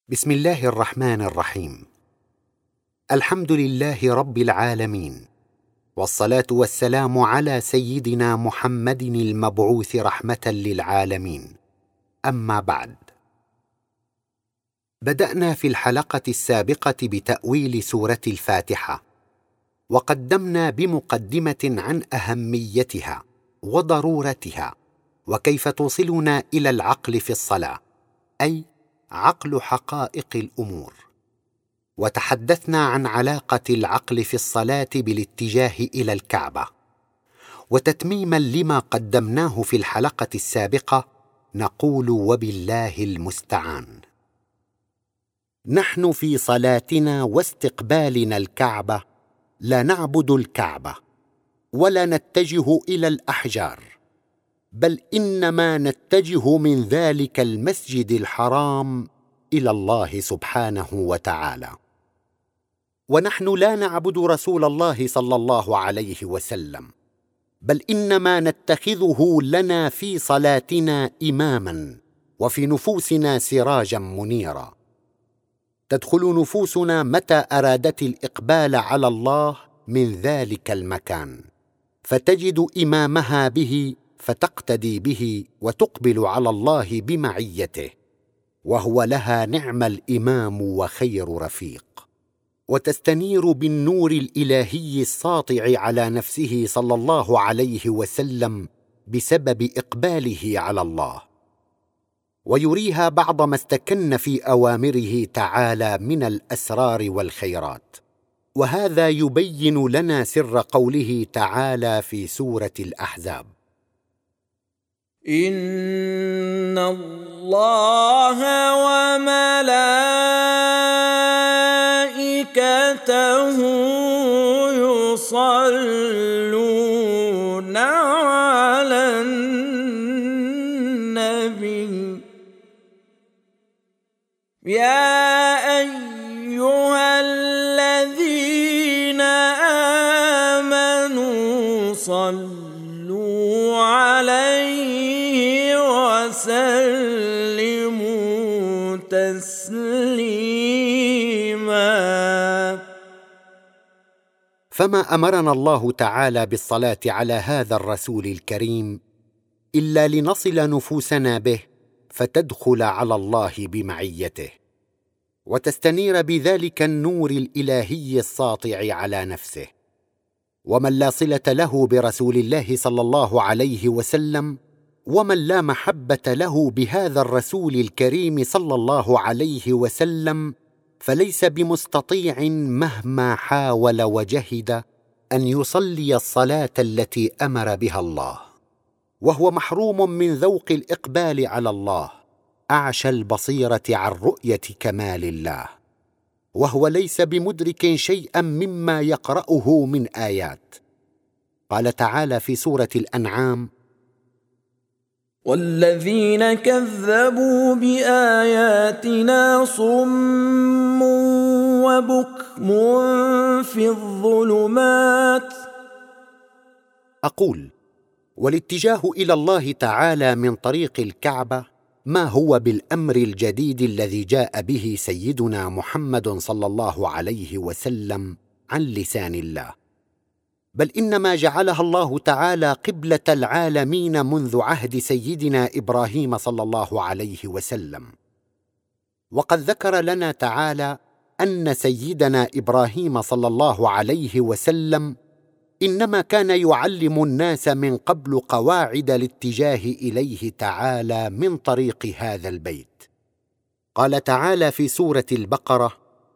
بسم الله الرحمن الرحيم. الحمد لله رب العالمين، والصلاة والسلام على سيدنا محمد المبعوث رحمة للعالمين. أما بعد، بدأنا في الحلقة السابقة بتأويل سورة الفاتحة، وقدمنا بمقدمة عن أهميتها وضرورتها وكيف توصلنا إلى العقل في الصلاة، أي عقل حقائق الأمور. وتحدثنا عن علاقة العقل في الصلاة بالاتجاه إلى الكعبة. وتتميما لما قدمناه في الحلقة السابقة نقول وبالله المستعان. نحن في صلاتنا واستقبالنا الكعبة لا نعبد الكعبة ولا نتجه إلى الأحجار، بل إنما نتجه من ذلك المسجد الحرام إلى الله سبحانه وتعالى. ونحن لا نعبد رسول الله صلى الله عليه وسلم، بل إنما نتخذه لنا في صلاتنا إماما، وفي نفوسنا سراجا منيرا. تدخل نفوسنا متى أرادت الإقبال على الله من ذلك المكان، فتجد إمامها به فتقتدي به وتقبل على الله بمعيته، وهو لها نعم الإمام وخير رفيق. وتستنير بالنور الإلهي الساطع على نفسه صلى الله عليه وسلم بسبب إقباله على الله، ويريها بعض ما استكن في أوامره تعالى من الأسرار والخيرات. وهذا يبين لنا سر قوله تعالى في سورة الأحزاب: إن الله وملائكته يصلون على النبي يا أيها الذين آمنوا صلوا عليه وسلموا تسليما. فما أمرنا الله تعالى بالصلاة على هذا الرسول الكريم إلا لنصل نفوسنا به فتدخل على الله بمعيته، وتستنير بذلك النور الإلهي الساطع على نفسه. ومن لا صلة له برسول الله صلى الله عليه وسلم، ومن لا محبة له بهذا الرسول الكريم صلى الله عليه وسلم، فليس بمستطيع مهما حاول وجهد أن يصلي الصلاة التي أمر بها الله، وهو محروم من ذوق الإقبال على الله، أعشى البصيرة عن رؤية كمال الله، وهو ليس بمدرك شيئا مما يقرأه من آيات. قال تعالى في سورة الأنعام: والذين كذبوا بآياتنا صم وبكم في الظلمات. أقول: والاتجاه إلى الله تعالى من طريق الكعبة ما هو بالأمر الجديد الذي جاء به سيدنا محمد صلى الله عليه وسلم عن لسان الله، بل إنما جعلها الله تعالى قبلة العالمين منذ عهد سيدنا إبراهيم صلى الله عليه وسلم. وقد ذكر لنا تعالى أن سيدنا إبراهيم صلى الله عليه وسلم إنما كان يعلم الناس من قبل قواعد الاتجاه إليه تعالى من طريق هذا البيت. قال تعالى في سورة البقرة: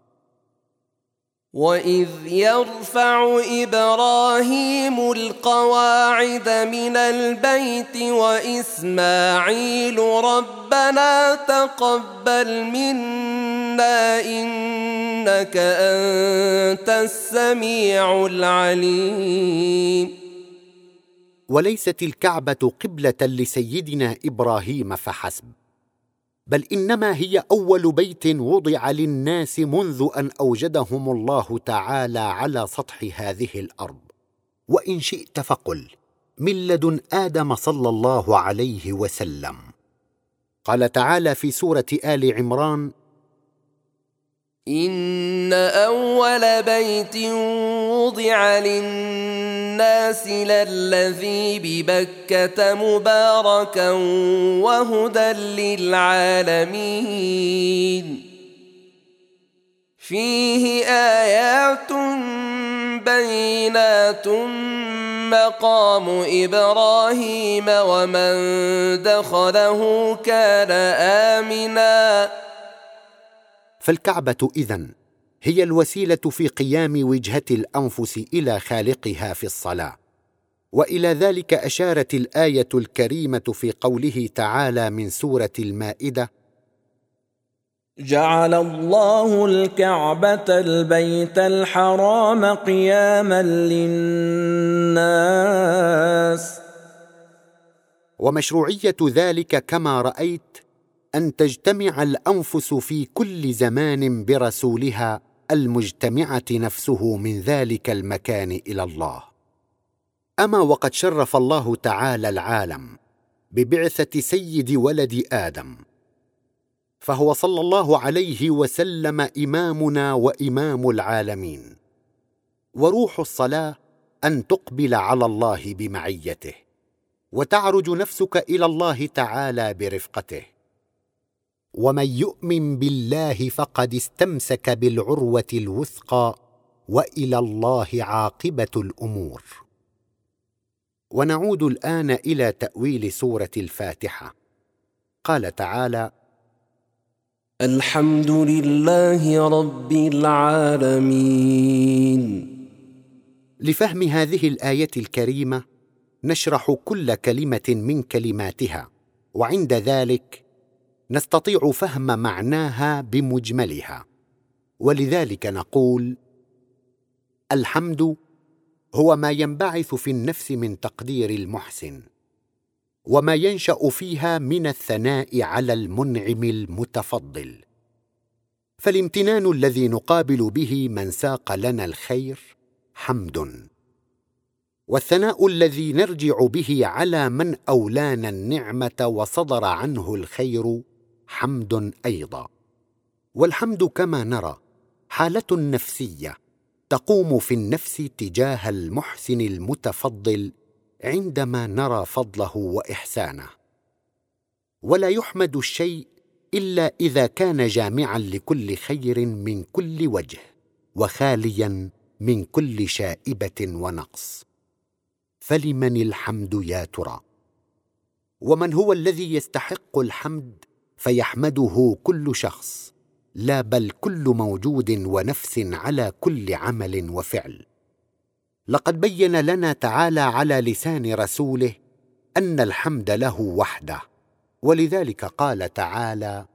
وإذ يرفع إبراهيم القواعد من البيت وإسماعيل ربنا تقبل منا إنك أنت السميع العليم. وليست الكعبة قبلة لسيدنا إبراهيم فحسب، بل إنما هي أول بيت وضع للناس منذ أن أوجدهم الله تعالى على سطح هذه الأرض، وإن شئت فقل من لدن آدم صلى الله عليه وسلم. قال تعالى في سورة آل عمران: إن أول بيت وضع للناس للذي ببكة مباركا وهدى للعالمين فيه آيات بينات مقام إبراهيم ومن دخله كان آمنا. فالكعبة إذن هي الوسيلة في قيام وجهة الأنفس إلى خالقها في الصلاة، وإلى ذلك أشارت الآية الكريمة في قوله تعالى من سورة المائدة: جعل الله الكعبة البيت الحرام قياما للناس. ومشروعية ذلك كما رأيت أن تجتمع الأنفس في كل زمان برسولها المجتمعة نفسه من ذلك المكان إلى الله. أما وقد شرف الله تعالى العالم ببعثة سيد ولد آدم، فهو صلى الله عليه وسلم إمامنا وإمام العالمين. وروح الصلاة أن تقبل على الله بمعيته، وتعرج نفسك إلى الله تعالى برفقته. ومن يؤمن بالله فقد استمسك بالعروة الوثقى، وإلى الله عاقبة الأمور. ونعود الآن إلى تأويل سورة الفاتحة. قال تعالى: الحمد لله رب العالمين. لفهم هذه الآية الكريمة نشرح كل كلمة من كلماتها، وعند ذلك نستطيع فهم معناها بمجملها. ولذلك نقول: الحمد هو ما ينبعث في النفس من تقدير المحسن، وما ينشأ فيها من الثناء على المنعم المتفضل. فالامتنان الذي نقابل به من ساق لنا الخير حمد، والثناء الذي نرجع به على من أولانا النعمة وصدر عنه الخير حمد أيضا. والحمد كما نرى حالة نفسية تقوم في النفس تجاه المحسن المتفضل عندما نرى فضله وإحسانه. ولا يحمد الشيء إلا إذا كان جامعا لكل خير من كل وجه، وخاليا من كل شائبة ونقص. فلمن الحمد يا ترى؟ ومن هو الذي يستحق الحمد فيحمده كل شخص، لا بل كل موجود ونفس على كل عمل وفعل. لقد بين لنا تعالى على لسان رسوله أن الحمد له وحده، ولذلك قال تعالى: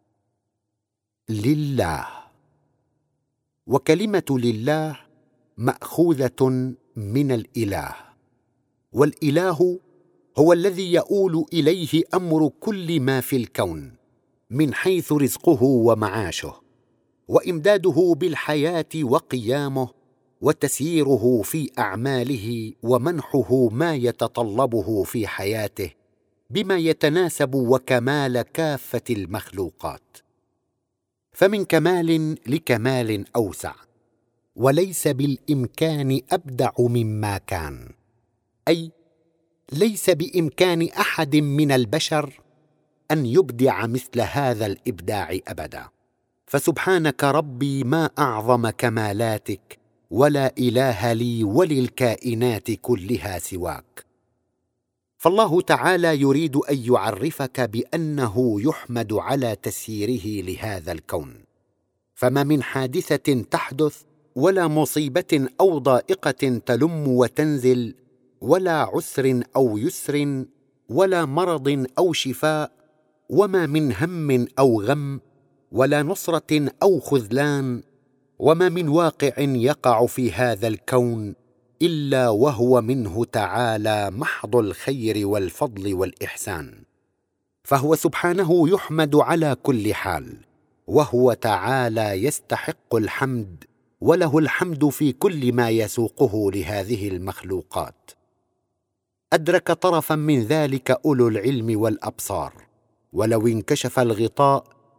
لله. وكلمة لله مأخوذة من الإله، والإله هو الذي يؤول إليه أمر كل ما في الكون من حيث رزقه ومعاشه، وإمداده بالحياة وقيامه، وتسييره في أعماله، ومنحه ما يتطلبه في حياته بما يتناسب وكمال كافة المخلوقات. فمن كمال لكمال أوسع، وليس بالإمكان أبدع مما كان، أي ليس بإمكان أحد من البشر أن يبدع مثل هذا الإبداع أبدا. فسبحانك ربي ما أعظم كمالاتك، ولا إله لي وللكائنات كلها سواك. فالله تعالى يريد أن يعرفك بأنه يحمد على تسييره لهذا الكون. فما من حادثة تحدث، ولا مصيبة أو ضائقة تلم وتنزل، ولا عسر أو يسر، ولا مرض أو شفاء، وما من هم أو غم، ولا نصرة أو خذلان، وما من واقع يقع في هذا الكون إلا وهو منه تعالى محض الخير والفضل والإحسان. فهو سبحانه يحمد على كل حال، وهو تعالى يستحق الحمد، وله الحمد في كل ما يسوقه لهذه المخلوقات. أدرك طرفا من ذلك أولو العلم والأبصار، ولو انكشف الغطاء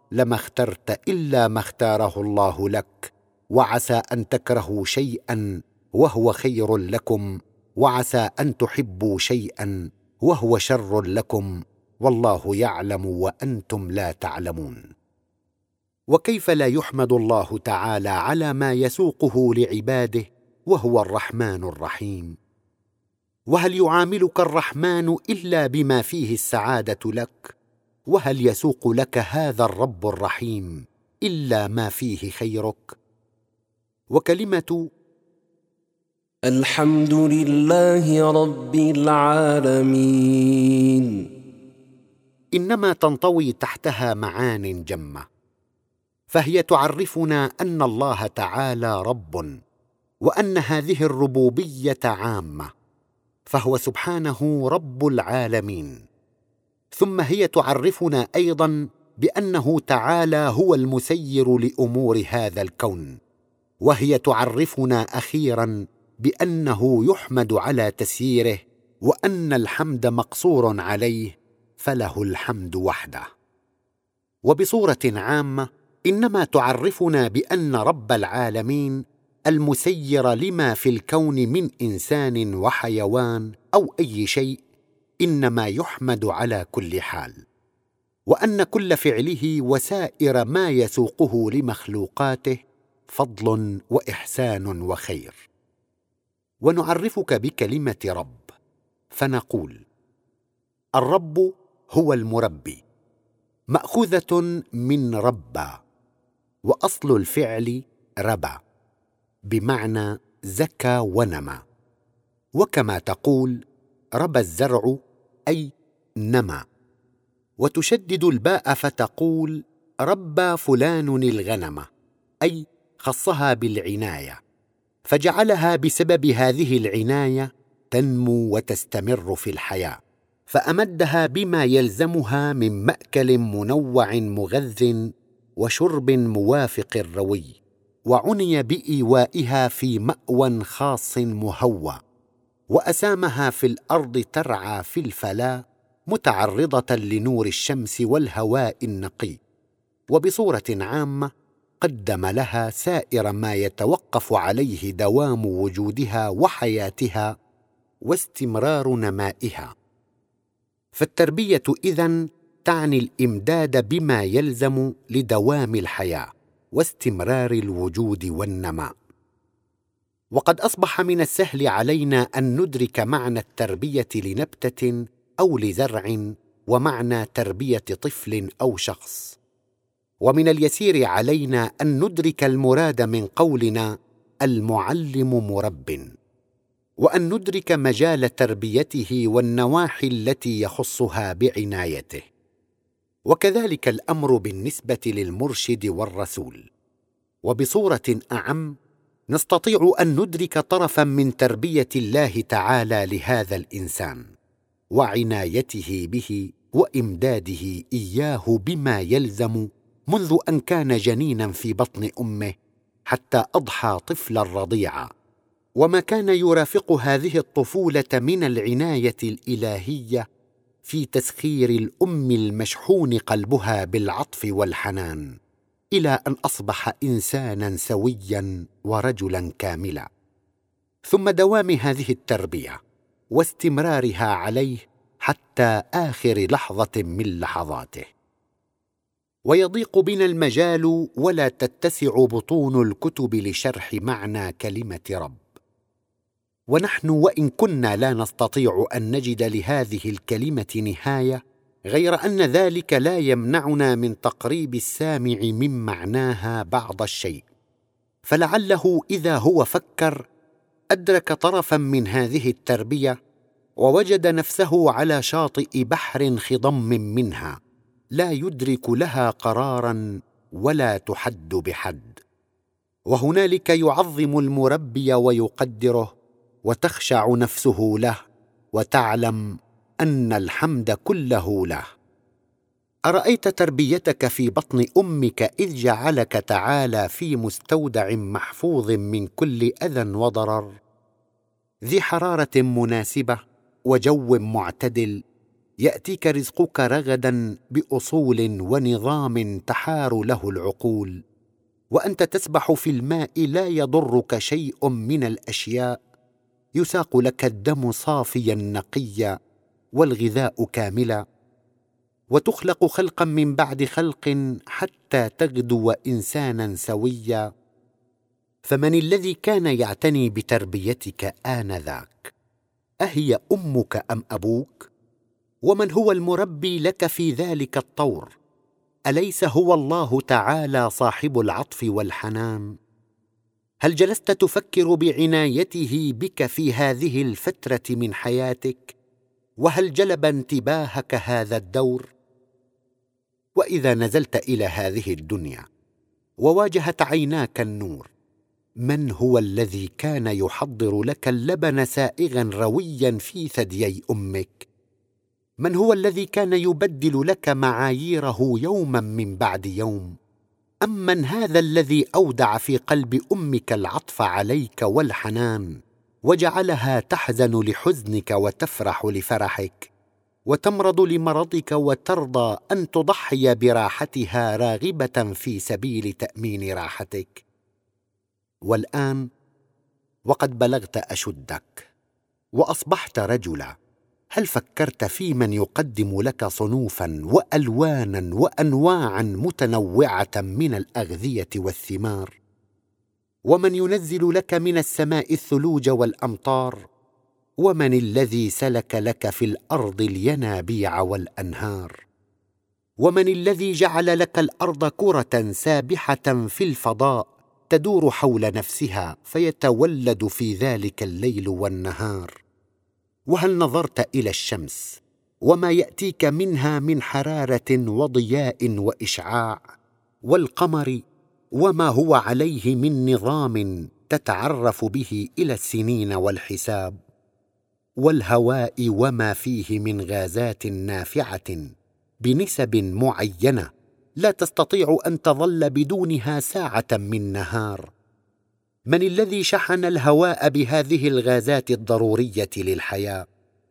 لما اخترت إلا ما اختاره الله لك، وعسى أن تكرهوا شيئا وهو خير لكم، وعسى أن تحبوا شيئا وهو شر لكم، والله يعلم وأنتم لا تعلمون. وكيف لا يحمد الله تعالى على ما يسوقه لعباده وهو الرحمن الرحيم؟ وهل يعاملك الرحمن إلا بما فيه السعادة لك؟ وهل يسوق لك هذا الرب الرحيم إلا ما فيه خيرك؟ وكلمة الحمد لله رب العالمين إنما تنطوي تحتها معان جمة، فهي تعرفنا أن الله تعالى رب، وأن هذه الربوبية عامة، فهو سبحانه رب العالمين. ثم هي تعرفنا أيضا بأنه تعالى هو المسير لأمور هذا الكون، وهي تعرفنا أخيرا بأنه يحمد على تسييره، وأن الحمد مقصور عليه، فله الحمد وحده. وبصورة عامة إنما تعرفنا بأن رب العالمين المسير لما في الكون من إنسان وحيوان أو أي شيء إنما يحمد على كل حال، وأن كل فعله وسائر ما يسوقه لمخلوقاته فضل وإحسان وخير. ونعرفك بكلمة رب، فنقول: الرب هو المربي، مأخوذة من ربى، وأصل الفعل ربى بمعنى زكى ونمى. وكما تقول ربى الزرع أي نمى، وتشدد الباء فتقول ربى فلان الغنم أي خصها بالعناية، فجعلها بسبب هذه العناية تنمو وتستمر في الحياة، فأمدها بما يلزمها من مأكل منوع مغذ وشرب موافق روي، وعني بإيوائها في مأوى خاص مهوى، وأسامها في الأرض ترعى في الفلاة متعرضة لنور الشمس والهواء النقي. وبصورة عامة قدم لها سائر ما يتوقف عليه دوام وجودها وحياتها واستمرار نمائها. فالتربية إذن تعني الإمداد بما يلزم لدوام الحياة واستمرار الوجود والنماء. وقد أصبح من السهل علينا أن ندرك معنى التربية لنبتة أو لزرع، ومعنى تربية طفل أو شخص، ومن اليسير علينا أن ندرك المراد من قولنا المعلم مرب، وأن ندرك مجال تربيته والنواحي التي يخصها بعنايته. وكذلك الأمر بالنسبة للمرشد والرسول. وبصورة أعم نستطيع أن ندرك طرفا من تربية الله تعالى لهذا الإنسان، وعنايته به وإمداده إياه بما يلزم منذ أن كان جنينا في بطن أمه حتى أضحى طفلا رضيعا، وما كان يرافق هذه الطفولة من العناية الإلهية في تسخير الأم المشحون قلبها بالعطف والحنان، إلى أن أصبح إنسانا سويا ورجلا كاملا، ثم دوام هذه التربية واستمرارها عليه حتى آخر لحظة من لحظاته. ويضيق بنا المجال ولا تتسع بطون الكتب لشرح معنى كلمة رب، ونحن وإن كنا لا نستطيع أن نجد لهذه الكلمة نهاية، غير أن ذلك لا يمنعنا من تقريب السامع من معناها بعض الشيء، فلعله إذا هو فكر أدرك طرفا من هذه التربية ووجد نفسه على شاطئ بحر خضم منها لا يدرك لها قرارا ولا تحد بحد، وهنالك يعظم المربي ويقدره، وتخشع نفسه له وتعلم أن الحمد كله له. أرأيت تربيتك في بطن أمك إذ جعلك تعالى في مستودع محفوظ من كل أذى وضرر، ذي حرارة مناسبة وجو معتدل، يأتيك رزقك رغدا بأصول ونظام تحار له العقول، وأنت تسبح في الماء لا يضرك شيء من الأشياء، يساق لك الدم صافيا نقيا والغذاء كاملا، وتخلق خلقا من بعد خلق حتى تغدو إنسانا سويا. فمن الذي كان يعتني بتربيتك آنذاك؟ أهي أمك أم أبوك؟ ومن هو المربي لك في ذلك الطور؟ أليس هو الله تعالى صاحب العطف والحنان؟ هل جلست تفكر بعنايته بك في هذه الفترة من حياتك؟ وهل جلب انتباهك هذا الدور؟ وإذا نزلت إلى هذه الدنيا وواجهت عيناك النور، من هو الذي كان يحضر لك اللبن سائغا رويا في ثديي أمك؟ من هو الذي كان يبدل لك معاييره يوما من بعد يوم؟ أم من هذا الذي أودع في قلب أمك العطف عليك والحنان، وجعلها تحزن لحزنك وتفرح لفرحك، وتمرض لمرضك وترضى أن تضحي براحتها راغبة في سبيل تأمين راحتك؟ والآن وقد بلغت أشدك وأصبحت رجلا، هل فكرت في من يقدم لك صنوفا وألوانا وأنواعا متنوعة من الأغذية والثمار؟ ومن ينزل لك من السماء الثلوج والأمطار؟ ومن الذي سلك لك في الأرض الينابيع والأنهار؟ ومن الذي جعل لك الأرض كرة سابحة في الفضاء تدور حول نفسها فيتولد في ذلك الليل والنهار؟ وهل نظرت إلى الشمس وما يأتيك منها من حرارة وضياء وإشعاع، والقمر وما هو عليه من نظام تتعرف به إلى السنين والحساب، والهواء وما فيه من غازات نافعة بنسب معينة لا تستطيع أن تظل بدونها ساعة من نهار؟ من الذي شحن الهواء بهذه الغازات الضرورية للحياة؟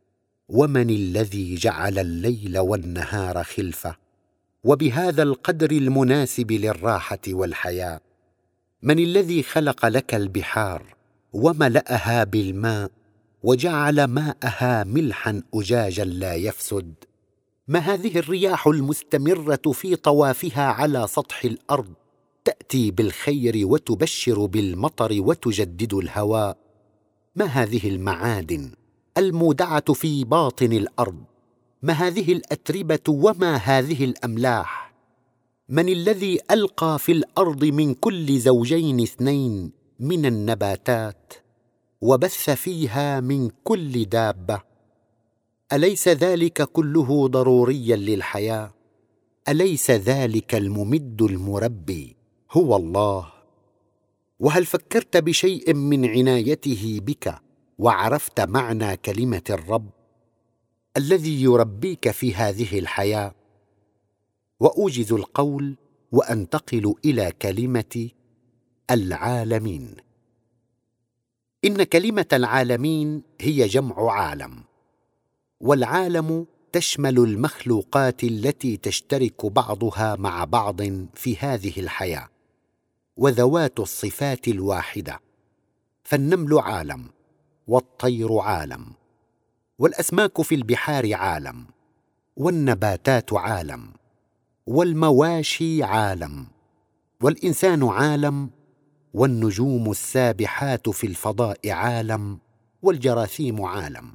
ومن الذي جعل الليل والنهار خلفة وبهذا القدر المناسب للراحة والحياة؟ من الذي خلق لك البحار وملأها بالماء وجعل ماءها ملحا أجاجا لا يفسد؟ ما هذه الرياح المستمرة في طوافها على سطح الأرض تأتي بالخير وتبشر بالمطر وتجدد الهواء؟ ما هذه المعادن المودعة في باطن الأرض؟ ما هذه الأتربة وما هذه الأملاح؟ من الذي ألقى في الأرض من كل زوجين اثنين من النباتات وبث فيها من كل دابة؟ أليس ذلك كله ضروريا للحياة؟ أليس ذلك الممد المربي هو الله؟ وهل فكرت بشيء من عنايته بك وعرفت معنى كلمة الرب الذي يربيك في هذه الحياة؟ وأوجز القول وأنتقل إلى كلمة العالمين. إن كلمة العالمين هي جمع عالم، والعالم تشمل المخلوقات التي تشترك بعضها مع بعض في هذه الحياة، وذوات الصفات الواحدة. فالنمل عالم، والطير عالم، والأسماك في البحار عالم، والنباتات عالم، والمواشي عالم، والإنسان عالم، والنجوم السابحات في الفضاء عالم، والجراثيم عالم،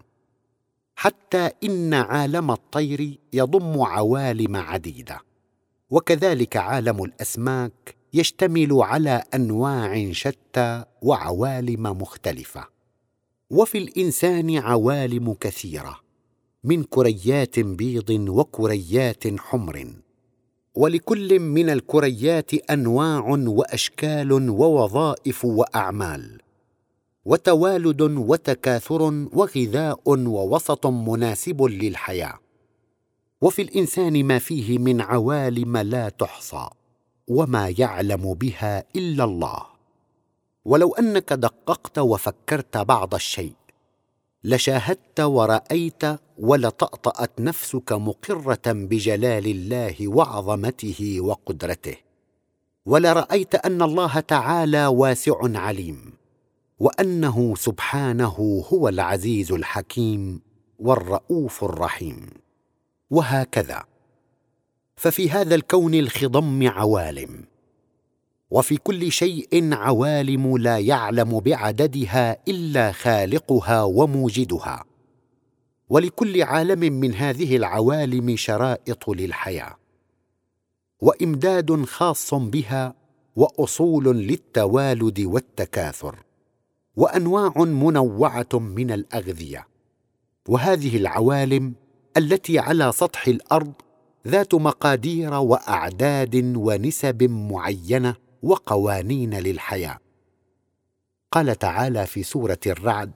حتى إن عالم الطير يضم عوالم عديدة، وكذلك عالم الأسماك يشتمل على أنواع شتى وعوالم مختلفة. وفي الإنسان عوالم كثيرة من كريات بيض وكريات حمر، ولكل من الكريات أنواع وأشكال ووظائف وأعمال، وتوالد وتكاثر وغذاء ووسط مناسب للحياة. وفي الإنسان ما فيه من عوالم لا تحصى، وما يعلم بها إلا الله. ولو أنك دققت وفكرت بعض الشيء لشاهدت ورأيت ولطأطأت نفسك مقرة بجلال الله وعظمته وقدرته، ولرأيت أن الله تعالى واسع عليم، وأنه سبحانه هو العزيز الحكيم والرؤوف الرحيم. وهكذا، ففي هذا الكون الخضم عوالم، وفي كل شيء عوالم لا يعلم بعددها إلا خالقها وموجدها، ولكل عالم من هذه العوالم شرائط للحياة، وإمداد خاص بها، وأصول للتوالد والتكاثر، وأنواع منوعة من الأغذية. وهذه العوالم التي على سطح الأرض ذات مقادير وأعداد ونسب معينة وقوانين للحياة. قال تعالى في سورة الرعد: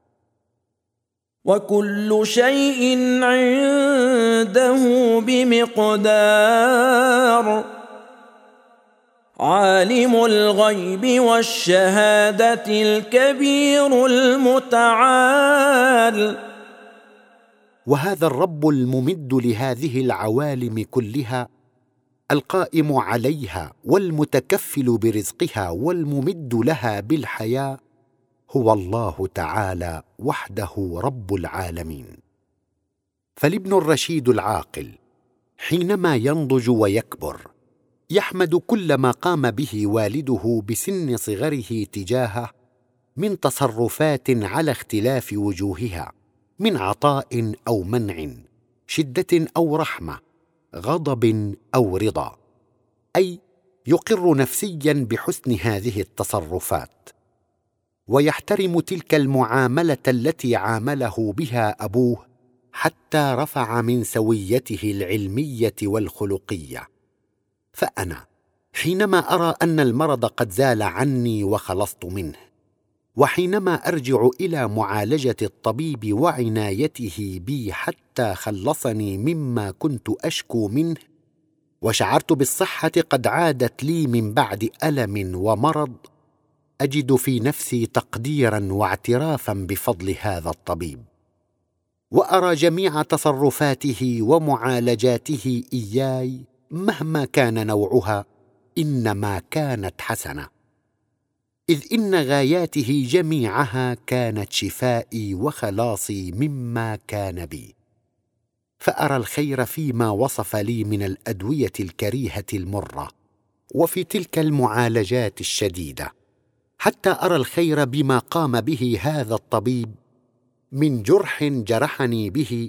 وكل شيء عنده بمقدار عالم الغيب والشهادة الكبير المتعال. وهذا الرب الممد لهذه العوالم كلها، القائم عليها والمتكفل برزقها والممد لها بالحياة، هو الله تعالى وحده رب العالمين. فالابن الرشيد العاقل حينما ينضج ويكبر يحمد كل ما قام به والده بسن صغره تجاهه من تصرفات على اختلاف وجوهها، من عطاء أو منع، شدة أو رحمة، غضب أو رضا، أي يقر نفسيا بحسن هذه التصرفات، ويحترم تلك المعاملة التي عامله بها أبوه حتى رفع من سويته العلمية والخلقية. فأنا حينما أرى أن المرض قد زال عني وخلصت منه، وحينما أرجع إلى معالجة الطبيب وعنايته بي حتى خلصني مما كنت أشكو منه، وشعرت بالصحة قد عادت لي من بعد ألم ومرض، أجد في نفسي تقديرا واعترافا بفضل هذا الطبيب، وأرى جميع تصرفاته ومعالجاته إياي مهما كان نوعها إنما كانت حسنة، إذ إن غاياته جميعها كانت شفائي وخلاصي مما كان بي. فأرى الخير فيما وصف لي من الأدوية الكريهة المرة، وفي تلك المعالجات الشديدة، حتى أرى الخير بما قام به هذا الطبيب من جرح جرحني به،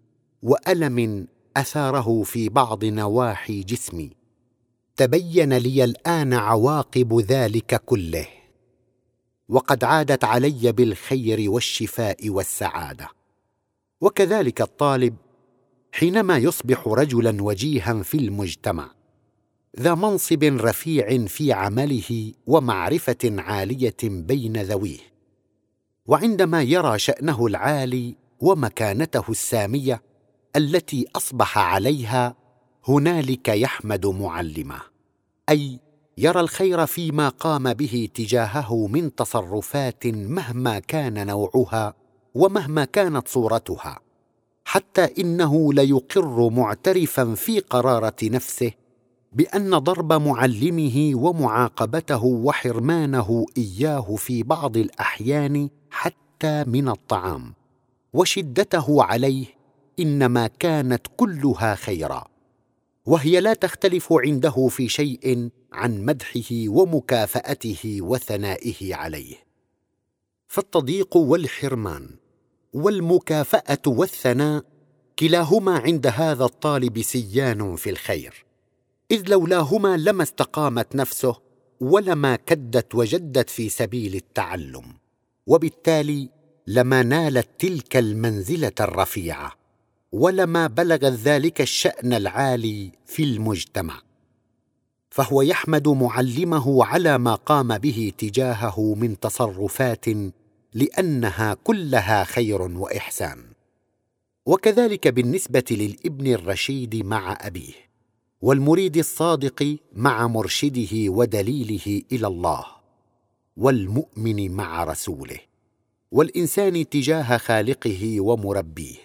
وألم أثاره في بعض نواحي جسمي. تبين لي الآن عواقب ذلك كله، وقد عادت علي بالخير والشفاء والسعادة. وكذلك الطالب حينما يصبح رجلا وجيها في المجتمع، ذا منصب رفيع في عمله ومعرفة عالية بين ذويه، وعندما يرى شأنه العالي ومكانته السامية التي أصبح عليها، هنالك يحمد معلمه، أي يرى الخير فيما قام به تجاهه من تصرفات مهما كان نوعها ومهما كانت صورتها، حتى إنه ليقر معترفا في قرارة نفسه بأن ضرب معلمه ومعاقبته وحرمانه إياه في بعض الأحيان حتى من الطعام وشدته عليه إنما كانت كلها خيرا، وهي لا تختلف عنده في شيء عن مدحه ومكافأته وثنائه عليه. فالتضييق والحرمان والمكافأة والثناء كلاهما عند هذا الطالب سيان في الخير، إذ لولاهما لما استقامت نفسه ولما كدت وجدت في سبيل التعلم، وبالتالي لما نالت تلك المنزلة الرفيعة ولما بلغت ذلك الشأن العالي في المجتمع. فهو يحمد معلمه على ما قام به تجاهه من تصرفات لأنها كلها خير وإحسان. وكذلك بالنسبة للابن الرشيد مع أبيه، والمريد الصادق مع مرشده ودليله إلى الله، والمؤمن مع رسوله. والإنسان تجاه خالقه ومربيه.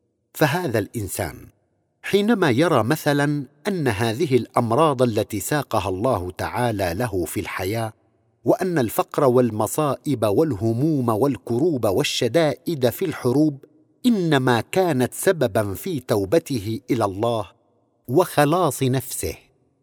فهذا الإنسان حينما يرى مثلا أن هذه الأمراض التي ساقها الله تعالى له في الحياة، وأن الفقر والمصائب والهموم والكروب والشدائد في الحروب إنما كانت سببا في توبته إلى الله وخلاص نفسه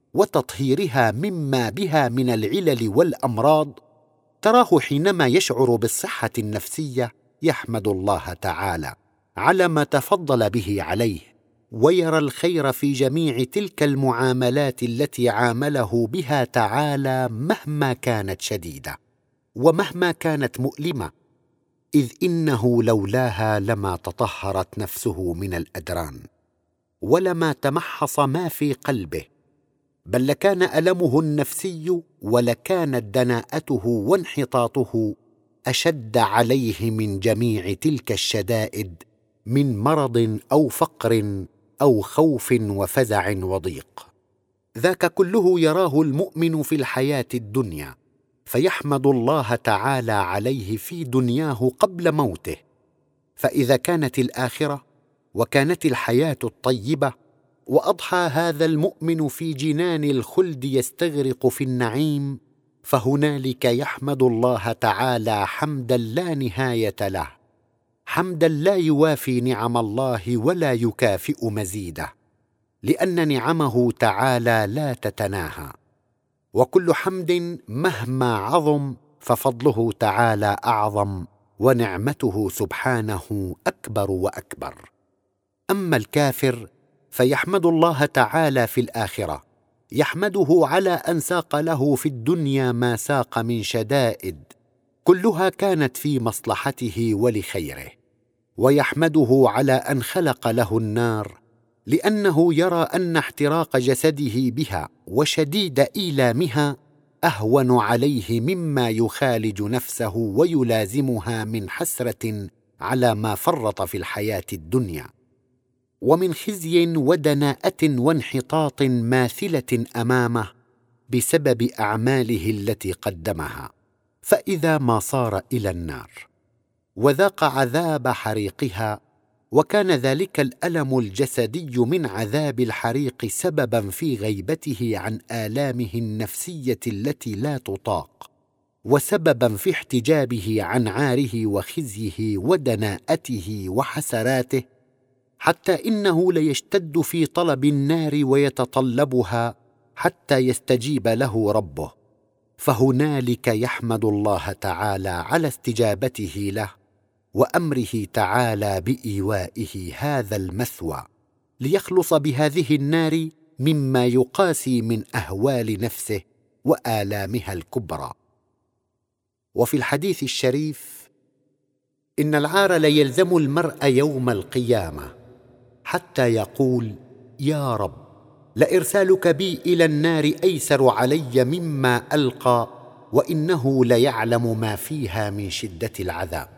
وتطهيرها مما بها من العلل والأمراض، تراه حينما يشعر بالصحة النفسية يحمد الله تعالى على ما تفضل به عليه، ويرى الخير في جميع تلك المعاملات التي عامله بها تعالى مهما كانت شديدة ومهما كانت مؤلمة، إذ إنه لولاها لما تطهرت نفسه من الأدران ولما تمحص ما في قلبه، بل لكان ألمه النفسي ولكانت دناءته وانحطاطه أشد عليه من جميع تلك الشدائد من مرض أو فقر أو خوف وفزع وضيق. ذاك كله يراه المؤمن في الحياة الدنيا، فيحمد الله تعالى عليه في دنياه قبل موته. فإذا كانت الآخرة وكانت الحياة الطيبة وأضحى هذا المؤمن في جنان الخلد يستغرق في النعيم، فهنالك يحمد الله تعالى حمدا لا نهاية له، حمدا لا يوافي نعم الله ولا يكافئ مزيده، لأن نعمه تعالى لا تتناهى، وكل حمد مهما عظم ففضله تعالى أعظم ونعمته سبحانه أكبر وأكبر. أما الكافر فيحمد الله تعالى في الآخرة، يحمده على أن ساق له في الدنيا ما ساق من شدائد كلها كانت في مصلحته ولخيره، ويحمده على أن خلق له النار لأنه يرى أن احتراق جسده بها وشديد إيلامها أهون عليه مما يخالج نفسه ويلازمها من حسرة على ما فرط في الحياة الدنيا، ومن خزي ودناءة وانحطاط ماثلة أمامه بسبب أعماله التي قدمها. فإذا ما صار إلى النار وذاق عذاب حريقها، وكان ذلك الألم الجسدي من عذاب الحريق سببا في غيبته عن آلامه النفسية التي لا تطاق، وسببا في احتجابه عن عاره وخزيه ودناءته وحسراته، حتى إنه ليشتد في طلب النار ويتطلبها حتى يستجيب له ربه، فهنالك يحمد الله تعالى على استجابته له وأمره تعالى بإيوائه هذا المثوى ليخلص بهذه النار مما يقاسي من أهوال نفسه وآلامها الكبرى. وفي الحديث الشريف: إن العار ليلزم المرء يوم القيامة حتى يقول: يا رب، لإرسالك بي إلى النار أيسر علي مما ألقى، وإنه ليعلم ما فيها من شدة العذاب.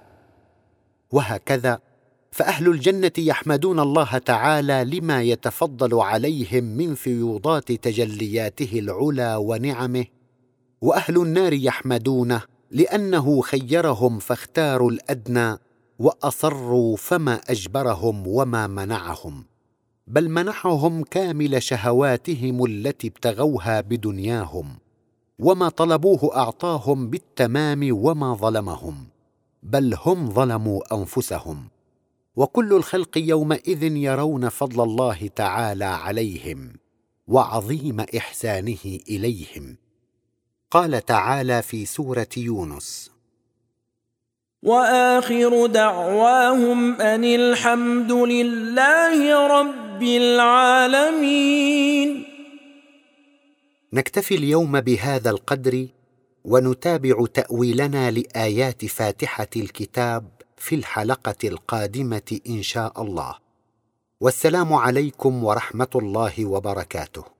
وهكذا فأهل الجنة يحمدون الله تعالى لما يتفضل عليهم من فيوضات تجلياته العلى ونعمه، وأهل النار يحمدونه لأنه خيرهم فاختاروا الأدنى وأصروا فما أجبرهم وما منعهم، بل منحهم كامل شهواتهم التي ابتغوها بدنياهم، وما طلبوه أعطاهم بالتمام وما ظلمهم، بل هم ظلموا أنفسهم. وكل الخلق يومئذ يرون فضل الله تعالى عليهم وعظيم إحسانه إليهم. قال تعالى في سورة يونس: وآخر دعواهم أن الحمد لله رب العالمين. نكتفي اليوم بهذا القدر، ونتابع تأويلنا لآيات فاتحة الكتاب في الحلقة القادمة إن شاء الله. والسلام عليكم ورحمة الله وبركاته.